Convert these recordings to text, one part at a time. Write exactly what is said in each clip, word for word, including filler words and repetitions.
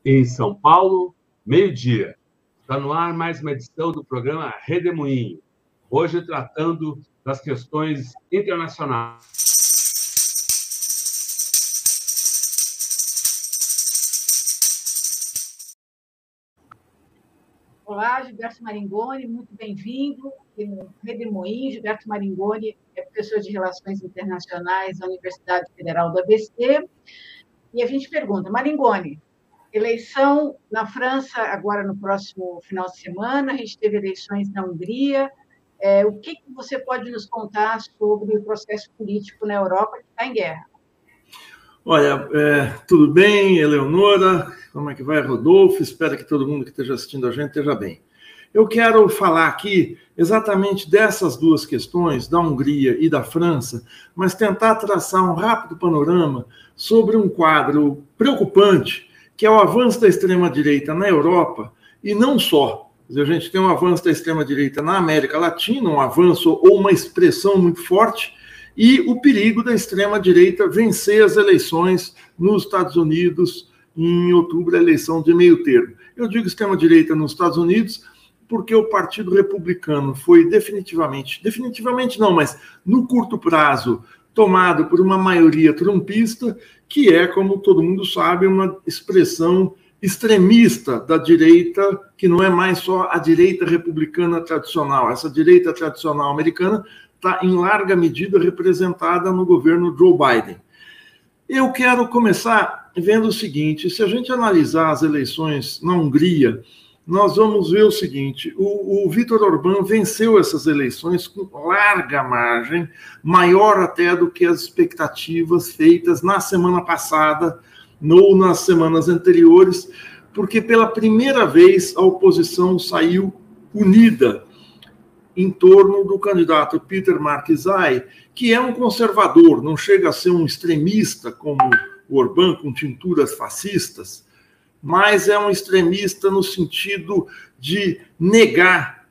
Em São Paulo, meio-dia. Está no ar mais uma edição do programa Redemoinho, hoje tratando das questões internacionais. Olá, Gilberto Maringoni, muito bem-vindo no Redemoinho. Gilberto Maringoni é professor de Relações Internacionais da Universidade Federal do A B C. E a gente pergunta, Maringoni, eleição na França agora no próximo final de semana, a gente teve eleições na Hungria. É, o que, que você pode nos contar sobre o processo político na Europa que está em guerra? Olha, é, tudo bem, Eleonora? Como é que vai, Rodolfo? Espero que todo mundo que esteja assistindo a gente esteja bem. Eu quero falar aqui exatamente dessas duas questões, da Hungria e da França, mas tentar traçar um rápido panorama sobre um quadro preocupante, que é o avanço da extrema-direita na Europa, e não só. A gente tem um avanço da extrema-direita na América Latina, um avanço ou uma expressão muito forte, e o perigo da extrema-direita vencer as eleições nos Estados Unidos em outubro, a eleição de meio termo. Eu digo extrema-direita nos Estados Unidos porque o Partido Republicano foi definitivamente, definitivamente não, mas no curto prazo, tomado por uma maioria trumpista, que é, como todo mundo sabe, uma expressão extremista da direita, que não é mais só a direita republicana tradicional. Essa direita tradicional americana está, em larga medida, representada no governo Joe Biden. Eu quero começar vendo o seguinte: se a gente analisar as eleições na Hungria, nós vamos ver o seguinte: o, o Viktor Orbán venceu essas eleições com larga margem, maior até do que as expectativas feitas na semana passada ou nas semanas anteriores, porque pela primeira vez a oposição saiu unida em torno do candidato Peter Markizai, que é um conservador, não chega a ser um extremista como o Orbán, com tinturas fascistas, mas é um extremista no sentido de negar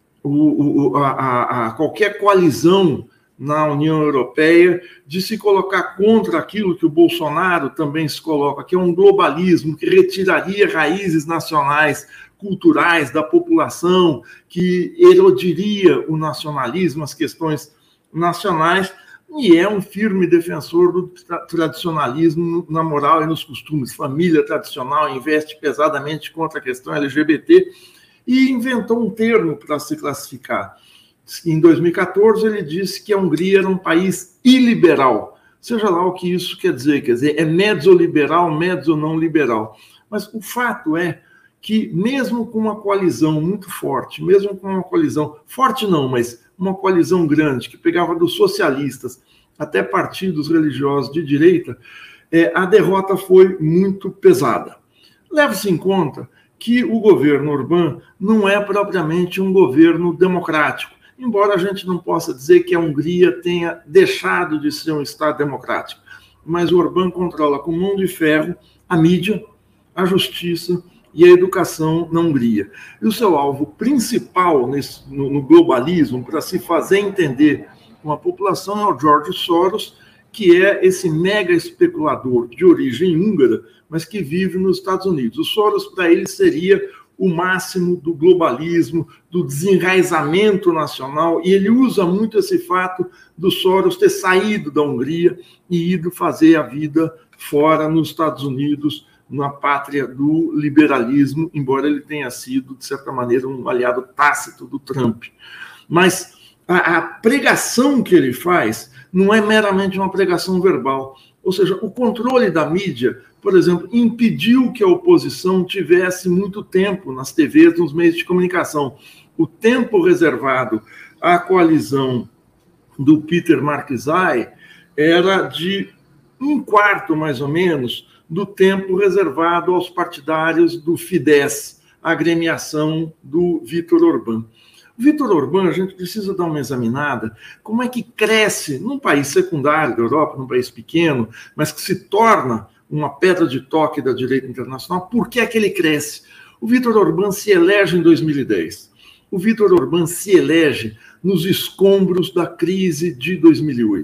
o, o, a, a qualquer coalizão na União Europeia, de se colocar contra aquilo que o Bolsonaro também se coloca, que é um globalismo que retiraria raízes nacionais, culturais da população, que erodiria o nacionalismo, as questões nacionais, e é um firme defensor do tra- tradicionalismo na moral e nos costumes. Família tradicional, investe pesadamente contra a questão L G B T e inventou um termo para se classificar. Em dois mil e quatorze, ele disse que a Hungria era um país iliberal. Seja lá o que isso quer dizer, quer dizer, é mezzo-liberal, mezzo-não liberal. Mas o fato é que, mesmo com uma coalizão muito forte, mesmo com uma coalizão, forte não, mas uma coalizão grande, que pegava dos socialistas até partidos religiosos de direita, é, a derrota foi muito pesada. Leve-se em conta que o governo Orbán não é propriamente um governo democrático, embora a gente não possa dizer que a Hungria tenha deixado de ser um Estado democrático. Mas o Orbán controla com mão de ferro a mídia, a justiça e a educação na Hungria. E o seu alvo principal nesse, no, no globalismo, para se fazer entender uma população, é o George Soros, que é esse mega especulador de origem húngara, mas que vive nos Estados Unidos. O Soros, para ele, seria o máximo do globalismo, do desenraizamento nacional, e ele usa muito esse fato do Soros ter saído da Hungria e ido fazer a vida fora nos Estados Unidos, na pátria do liberalismo, embora ele tenha sido, de certa maneira, um aliado tácito do Trump. Mas a, a pregação que ele faz não é meramente uma pregação verbal. Ou seja, o controle da mídia, por exemplo, impediu que a oposição tivesse muito tempo nas T Vs, nos meios de comunicação. O tempo reservado à coalizão do Peter Markizai era de um quarto, mais ou menos, do tempo reservado aos partidários do Fidesz, a agremiação do Viktor Orbán. O Viktor Orbán, a gente precisa dar uma examinada, como é que cresce num país secundário da Europa, num país pequeno, mas que se torna uma pedra de toque da direita internacional. Por que é que ele cresce? O Viktor Orbán se elege em dois mil e dez. O Viktor Orbán se elege nos escombros da crise de dois mil e oito.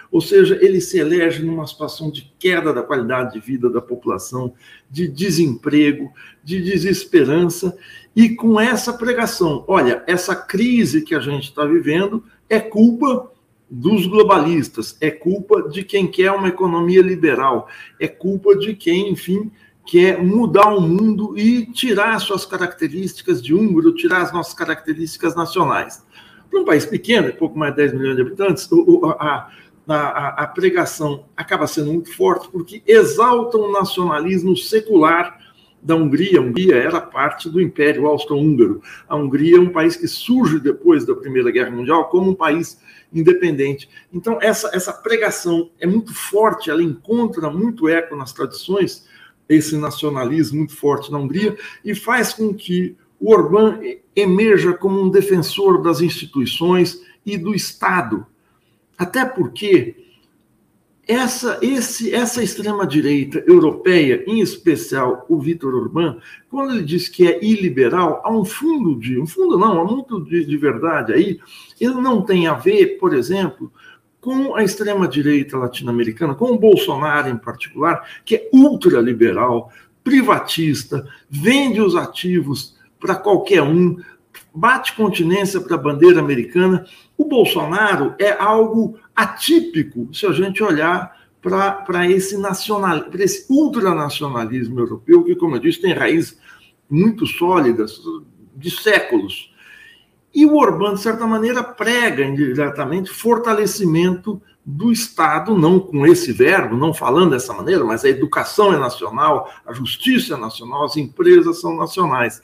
ou seja, ele se elege numa situação de queda da qualidade de vida da população, de desemprego, de desesperança, e com essa pregação, olha, essa crise que a gente está vivendo é culpa dos globalistas, é culpa de quem quer uma economia liberal, é culpa de quem, enfim, quer mudar o mundo e tirar suas características de húngaro, tirar as nossas características nacionais. Para um país pequeno, pouco mais de dez milhões de habitantes, a, a, a pregação acaba sendo muito forte porque exalta o nacionalismo secular da Hungria. A Hungria era parte do Império Austro-Húngaro. A Hungria é um país que surge depois da Primeira Guerra Mundial como um país independente. Então, essa, essa pregação é muito forte, ela encontra muito eco nas tradições, esse nacionalismo muito forte na Hungria, e faz com que o Orbán emerja como um defensor das instituições e do Estado. Até porque essa, esse, essa extrema-direita europeia, em especial o Viktor Orbán, quando ele diz que é iliberal, há um fundo de... Um fundo não, há muito de, de verdade aí. Ele não tem a ver, por exemplo, com a extrema-direita latino-americana, com o Bolsonaro em particular, que é ultraliberal, privatista, vende os ativos para qualquer um, bate continência para a bandeira americana. O Bolsonaro é algo atípico se a gente olhar para esse, nacional, para esse ultranacionalismo europeu, que, como eu disse, tem raízes muito sólidas, de séculos. E o Orbán, de certa maneira, prega indiretamente fortalecimento do Estado, não com esse verbo, não falando dessa maneira, mas a educação é nacional, a justiça é nacional, as empresas são nacionais.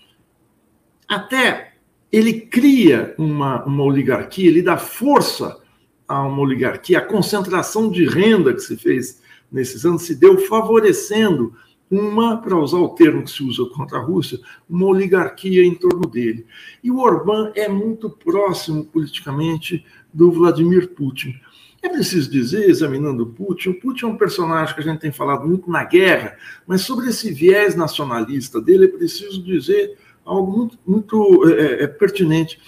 Até ele cria uma, uma oligarquia, ele dá força a uma oligarquia, a concentração de renda que se fez nesses anos se deu favorecendo uma, para usar o termo que se usa contra a Rússia, uma oligarquia em torno dele. E o Orbán é muito próximo politicamente do Vladimir Putin. É preciso dizer, examinando o Putin, o Putin é um personagem que a gente tem falado muito na guerra, mas sobre esse viés nacionalista dele é preciso dizer algo muito, muito é, é, pertinente.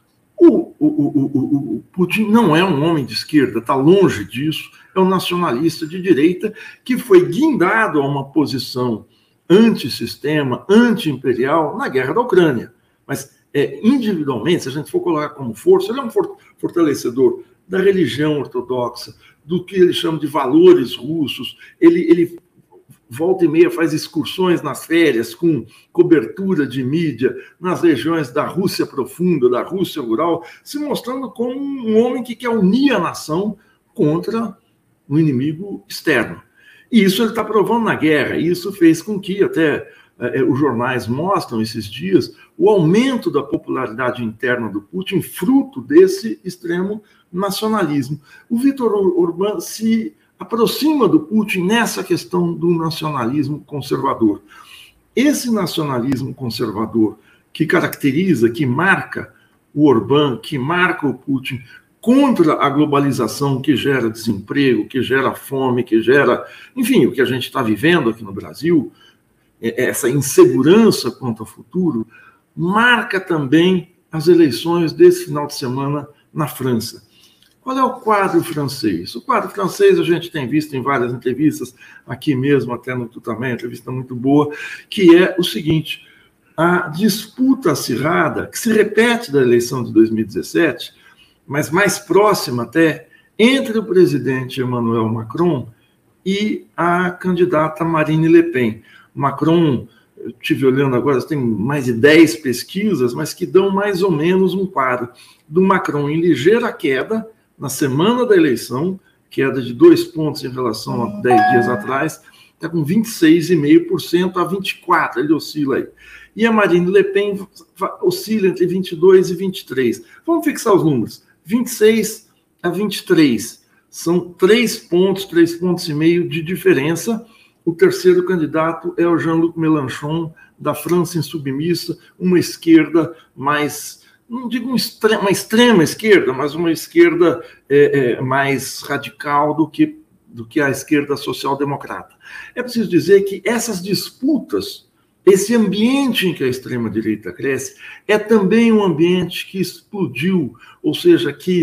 O, o, o, o, o Putin não é um homem de esquerda, está longe disso, é um nacionalista de direita que foi guindado a uma posição antissistema, anti-imperial na guerra da Ucrânia. Mas, é, individualmente, se a gente for colocar como força, ele é um fortalecedor da religião ortodoxa, do que ele chama de valores russos, ele... ele volta e meia faz excursões nas férias com cobertura de mídia nas regiões da Rússia profunda, da Rússia rural, se mostrando como um homem que quer unir a nação contra um inimigo externo. E isso ele está provando na guerra. E isso fez com que, até eh, os jornais mostram esses dias, o aumento da popularidade interna do Putin, fruto desse extremo nacionalismo. O Viktor Orbán se aproxima do Putin nessa questão do nacionalismo conservador. Esse nacionalismo conservador que caracteriza, que marca o Orbán, que marca o Putin contra a globalização que gera desemprego, que gera fome, que gera, enfim, o que a gente está vivendo aqui no Brasil, essa insegurança quanto ao futuro, marca também as eleições desse final de semana na França. Qual é o quadro francês? O quadro francês a gente tem visto em várias entrevistas, aqui mesmo, até no Tutambém, uma entrevista muito boa, que é o seguinte: a disputa acirrada, que se repete da eleição de dois mil e dezessete, mas mais próxima até, entre o presidente Emmanuel Macron e a candidata Marine Le Pen. Macron, eu estive olhando agora, tem mais de dez pesquisas, mas que dão mais ou menos um quadro do Macron em ligeira queda, na semana da eleição, queda de dois pontos em relação a dez dias atrás, está com vinte e seis vírgula cinco por cento a vinte e quatro por cento, ele oscila aí. E a Marine Le Pen oscila entre vinte e dois e vinte e três. Vamos fixar os números. vinte e seis a vinte e três. São três pontos, três pontos e meio de diferença. O terceiro candidato é o Jean-Luc Mélenchon, da França Insubmissa, uma esquerda mais... não digo uma extrema, uma extrema esquerda, mas uma esquerda é, é, mais radical do que, do que a esquerda social-democrata. É preciso dizer que essas disputas, esse ambiente em que a extrema-direita cresce, é também um ambiente que explodiu, ou seja, que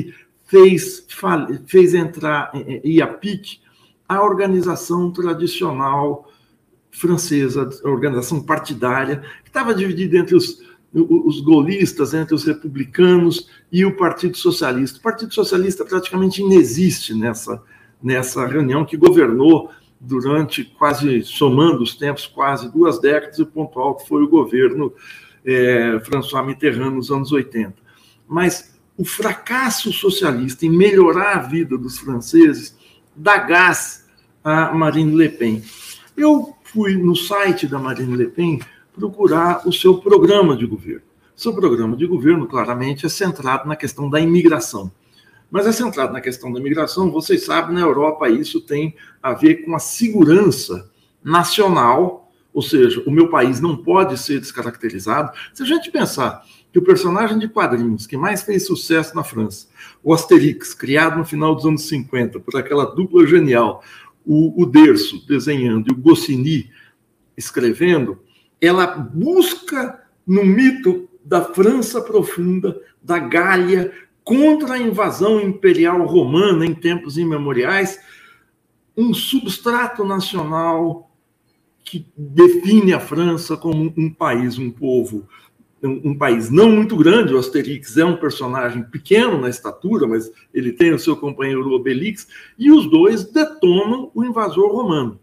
fez, fez entrar, ir a pique, a organização tradicional francesa, a organização partidária, que estava dividida entre os, os gaullistas, entre os republicanos e o Partido Socialista. O Partido Socialista praticamente inexiste nessa, nessa reunião, que governou durante quase, somando os tempos, quase duas décadas, e o ponto alto foi o governo é, François Mitterrand nos anos oitenta. Mas o fracasso socialista em melhorar a vida dos franceses dá gás a Marine Le Pen. Eu fui no site da Marine Le Pen procurar o seu programa de governo. Seu programa de governo, claramente, é centrado na questão da imigração. Mas é centrado na questão da imigração, vocês sabem, na Europa isso tem a ver com a segurança nacional, ou seja, o meu país não pode ser descaracterizado. Se a gente pensar que o personagem de quadrinhos que mais fez sucesso na França, o Asterix, criado no final dos anos cinquenta, por aquela dupla genial, o, o Derso desenhando e o Goscinny escrevendo, ela busca no mito da França profunda, da Gália, contra a invasão imperial romana em tempos imemoriais, um substrato nacional que define a França como um país, um povo, um, um país não muito grande. O Asterix é um personagem pequeno na estatura, mas ele tem o seu companheiro Obelix, e os dois detonam o invasor romano.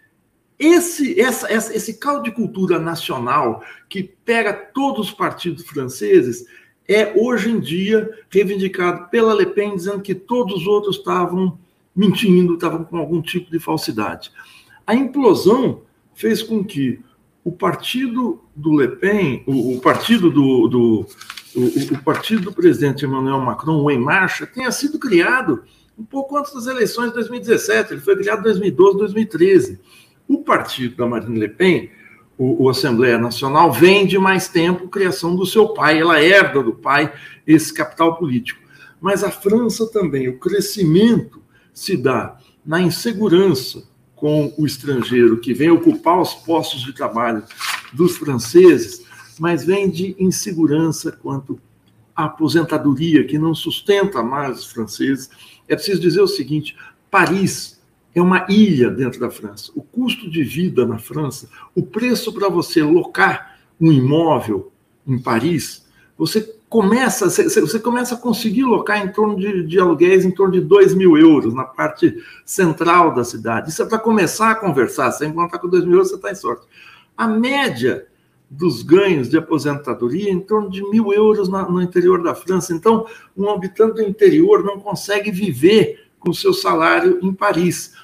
Esse, essa, essa, esse caldo de cultura nacional que pega todos os partidos franceses é, hoje em dia, reivindicado pela Le Pen, dizendo que todos os outros estavam mentindo, estavam com algum tipo de falsidade. A implosão fez com que o partido do Le Pen, o, o partido do, do, o, o partido do presidente Emmanuel Macron, o Em Marcha, tenha sido criado um pouco antes das eleições de dois mil e dezessete, ele foi criado em dois mil e doze, dois mil e treze. O partido da Marine Le Pen, o, o Assembleia Nacional, vem de mais tempo criação do seu pai, ela herda do pai esse capital político. Mas a França também, o crescimento se dá na insegurança com o estrangeiro que vem ocupar os postos de trabalho dos franceses, mas vem de insegurança quanto à aposentadoria, que não sustenta mais os franceses. É preciso dizer o seguinte: Paris é uma ilha dentro da França. O custo de vida na França, o preço para você locar um imóvel em Paris, você começa, você começa a conseguir locar em torno de, de aluguéis em torno de dois mil euros na parte central da cidade. Isso é para começar a conversar. Sem contar com dois mil euros, você está em sorte. A média dos ganhos de aposentadoria é em torno de mil euros na, no interior da França. Então, um habitante do interior não consegue viver com o seu salário em Paris.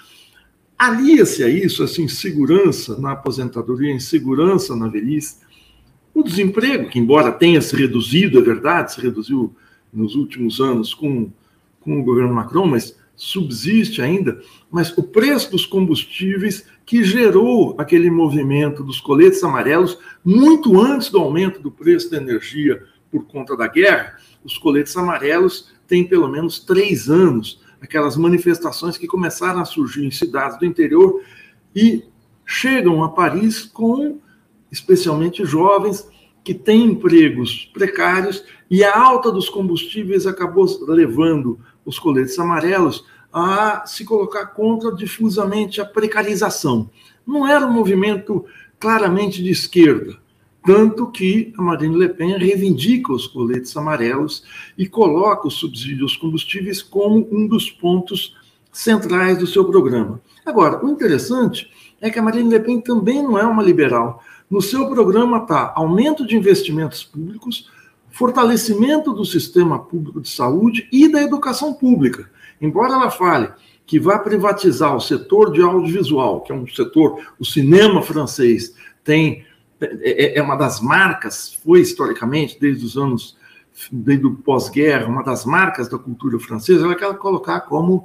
Alia-se a isso, essa insegurança na aposentadoria, insegurança na velhice, o desemprego, que embora tenha se reduzido, é verdade, se reduziu nos últimos anos com, com o governo Macron, mas subsiste ainda, mas o preço dos combustíveis que gerou aquele movimento dos coletes amarelos muito antes do aumento do preço da energia por conta da guerra. Os coletes amarelos têm pelo menos três anos, aquelas manifestações que começaram a surgir em cidades do interior e chegam a Paris com, especialmente, jovens que têm empregos precários, e a alta dos combustíveis acabou levando os coletes amarelos a se colocar contra difusamente a precarização. Não era um movimento claramente de esquerda, tanto que a Marine Le Pen reivindica os coletes amarelos e coloca o subsídio aos combustíveis como um dos pontos centrais do seu programa. Agora, o interessante é que a Marine Le Pen também não é uma liberal. No seu programa está aumento de investimentos públicos, fortalecimento do sistema público de saúde e da educação pública. Embora ela fale que vai privatizar o setor de audiovisual, que é um setor, o cinema francês tem... é uma das marcas, foi historicamente, desde os anos, desde o pós-guerra, uma das marcas da cultura francesa, ela quer colocar como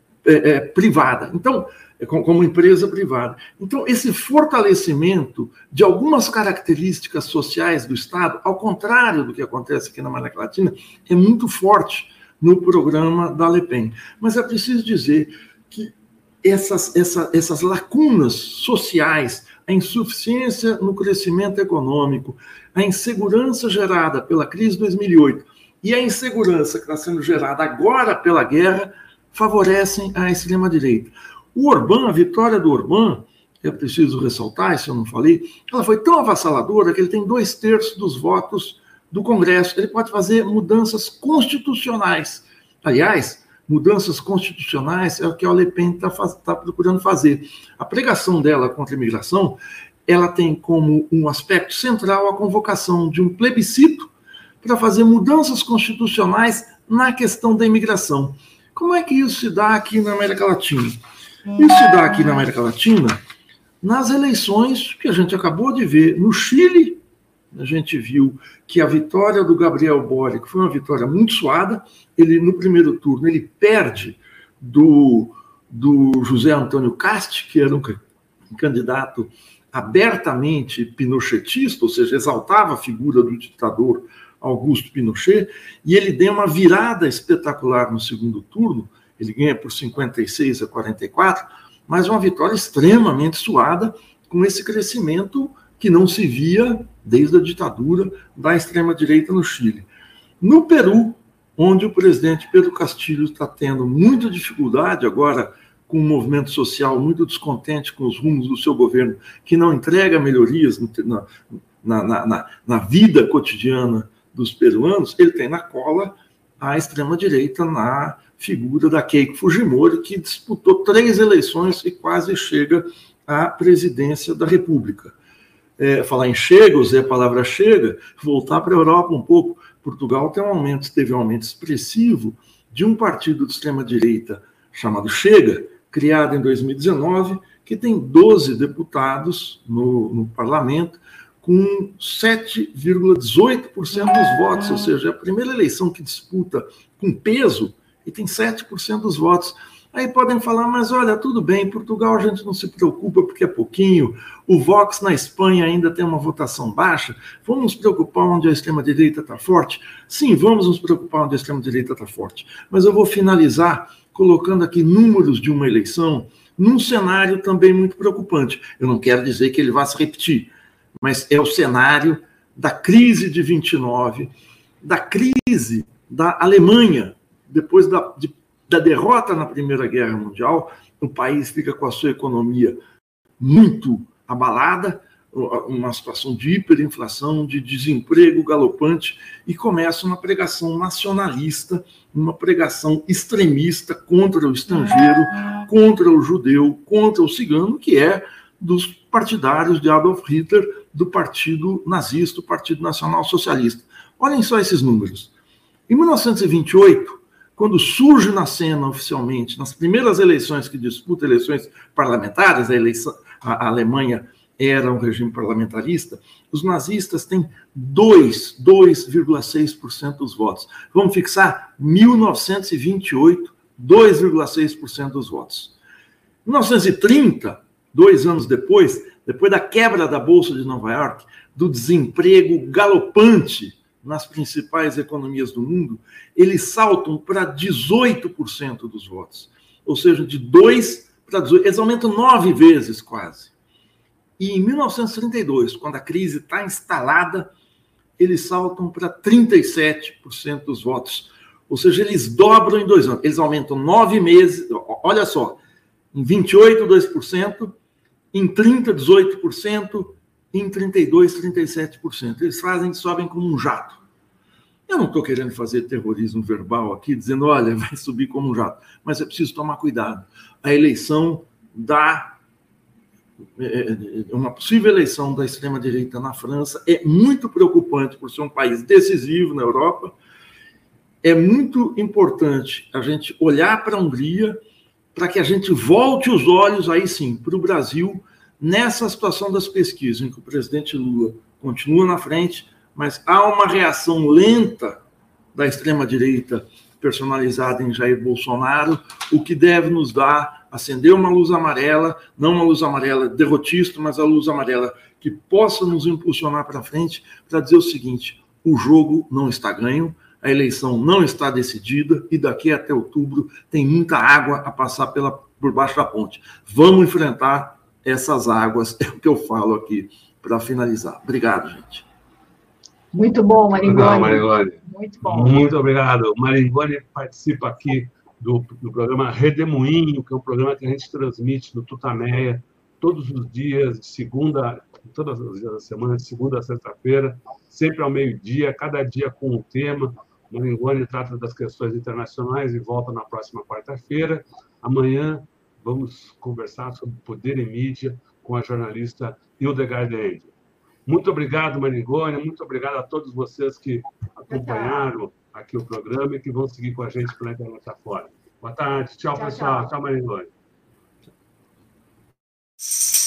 é, é, privada, então, como empresa privada. Então, esse fortalecimento de algumas características sociais do Estado, ao contrário do que acontece aqui na América Latina, é muito forte no programa da Le Pen. Mas é preciso dizer que essas, essa, essas lacunas sociais, a insuficiência no crescimento econômico, a insegurança gerada pela crise de dois mil e oito e a insegurança que está sendo gerada agora pela guerra favorecem a extrema-direita. O Orbán, a vitória do Orbán, é preciso ressaltar, isso eu não falei, ela foi tão avassaladora que ele tem dois terços dos votos do Congresso. Ele pode fazer mudanças constitucionais. Aliás, mudanças constitucionais é o que a Le Pen está tá procurando fazer. A pregação dela contra a imigração, ela tem como um aspecto central a convocação de um plebiscito para fazer mudanças constitucionais na questão da imigração. Como é que isso se dá aqui na América Latina? Isso se dá aqui na América Latina nas eleições que a gente acabou de ver. No Chile, a gente viu que a vitória do Gabriel Boric foi uma vitória muito suada. Ele, no primeiro turno, ele perde do, do José Antônio Cast, que era um, um candidato abertamente pinochetista, ou seja, exaltava a figura do ditador Augusto Pinochet, e ele deu uma virada espetacular no segundo turno. Ele ganha por cinquenta e seis a quarenta e quatro, mas uma vitória extremamente suada, com esse crescimento que não se via desde a ditadura da extrema-direita no Chile. No Peru, onde o presidente Pedro Castillo está tendo muita dificuldade agora, com um movimento social muito descontente com os rumos do seu governo, que não entrega melhorias na, na, na, na, na vida cotidiana dos peruanos, ele tem na cola a extrema-direita na figura da Keiko Fujimori, que disputou três eleições e quase chega à presidência da República. É, falar em chega, usei a palavra chega, voltar para a Europa um pouco. Portugal tem um aumento, teve um aumento expressivo de um partido de extrema-direita chamado Chega, criado em dois mil e dezenove, que tem doze deputados no, no parlamento, com sete vírgula dezoito por cento dos votos, ou seja, é a primeira eleição que disputa com peso e tem sete por cento dos votos. Aí podem falar, mas olha, tudo bem, Portugal a gente não se preocupa porque é pouquinho, o Vox na Espanha ainda tem uma votação baixa, vamos nos preocupar onde a extrema-direita está forte? Sim, vamos nos preocupar onde a extrema-direita está forte. Mas eu vou finalizar colocando aqui números de uma eleição num cenário também muito preocupante. Eu não quero dizer que ele vá se repetir, mas é o cenário da crise de vinte e nove, da crise da Alemanha, depois da, de, da derrota na Primeira Guerra Mundial. O país fica com a sua economia muito abalada, uma situação de hiperinflação, de desemprego galopante, e começa uma pregação nacionalista, uma pregação extremista contra o estrangeiro, contra o judeu, contra o cigano, que é dos partidários de Adolf Hitler, do Partido Nazista, o Partido Nacional Socialista. Olhem só esses números. Em mil novecentos e vinte e oito, quando surge na cena oficialmente, nas primeiras eleições que disputa eleições parlamentares, a, eleição, a Alemanha era um regime parlamentarista, os nazistas têm dois vírgula seis por cento dos votos. Vamos fixar mil novecentos e vinte e oito, dois vírgula seis por cento dos votos. Em mil novecentos e trinta, dois anos depois, depois da quebra da Bolsa de Nova York, do desemprego galopante nas principais economias do mundo, eles saltam para dezoito por cento dos votos. Ou seja, de dois para dezoito, eles aumentam nove vezes quase. E em mil novecentos e trinta e dois, quando a crise está instalada, eles saltam para trinta e sete por cento dos votos. Ou seja, eles dobram em dois anos. Eles aumentam nove meses, olha só, em vinte e oito, dois por cento, em trinta, dezoito por cento, em trinta e dois, trinta e sete por cento. Eles fazem, sobem como um jato. Eu não estou querendo fazer terrorismo verbal aqui, dizendo, olha, vai subir como um jato. Mas é preciso tomar cuidado. A eleição da... uma possível eleição da extrema-direita na França é muito preocupante por ser um país decisivo na Europa. É muito importante a gente olhar para a Hungria para que a gente volte os olhos, aí sim, para o Brasil, nessa situação das pesquisas, em que o presidente Lula continua na frente, mas há uma reação lenta da extrema-direita personalizada em Jair Bolsonaro, o que deve nos dar, acender uma luz amarela, não uma luz amarela derrotista, mas a luz amarela que possa nos impulsionar para frente, para dizer o seguinte: o jogo não está ganho, a eleição não está decidida e daqui até outubro tem muita água a passar pela, por baixo da ponte. Vamos enfrentar essas águas, é o que eu falo aqui para finalizar. Obrigado, gente. Muito bom, Maringoni. Não, Maringoni. Muito bom. Muito obrigado. Maringoni participa aqui do, do programa Redemoinho, que é um programa que a gente transmite no Tutameia todos os dias, de segunda, todas as dias da semana, de segunda a sexta-feira, sempre ao meio-dia, cada dia com um tema. O Maringoni trata das questões internacionais e volta na próxima quarta-feira. Amanhã vamos conversar sobre poder e mídia com a jornalista Hildegard Ende. Muito obrigado, Maringoni, muito obrigado a todos vocês que acompanharam aqui o programa e que vão seguir com a gente pela internet afora. Boa tarde, tchau, tchau pessoal, tchau, tchau Maringoni.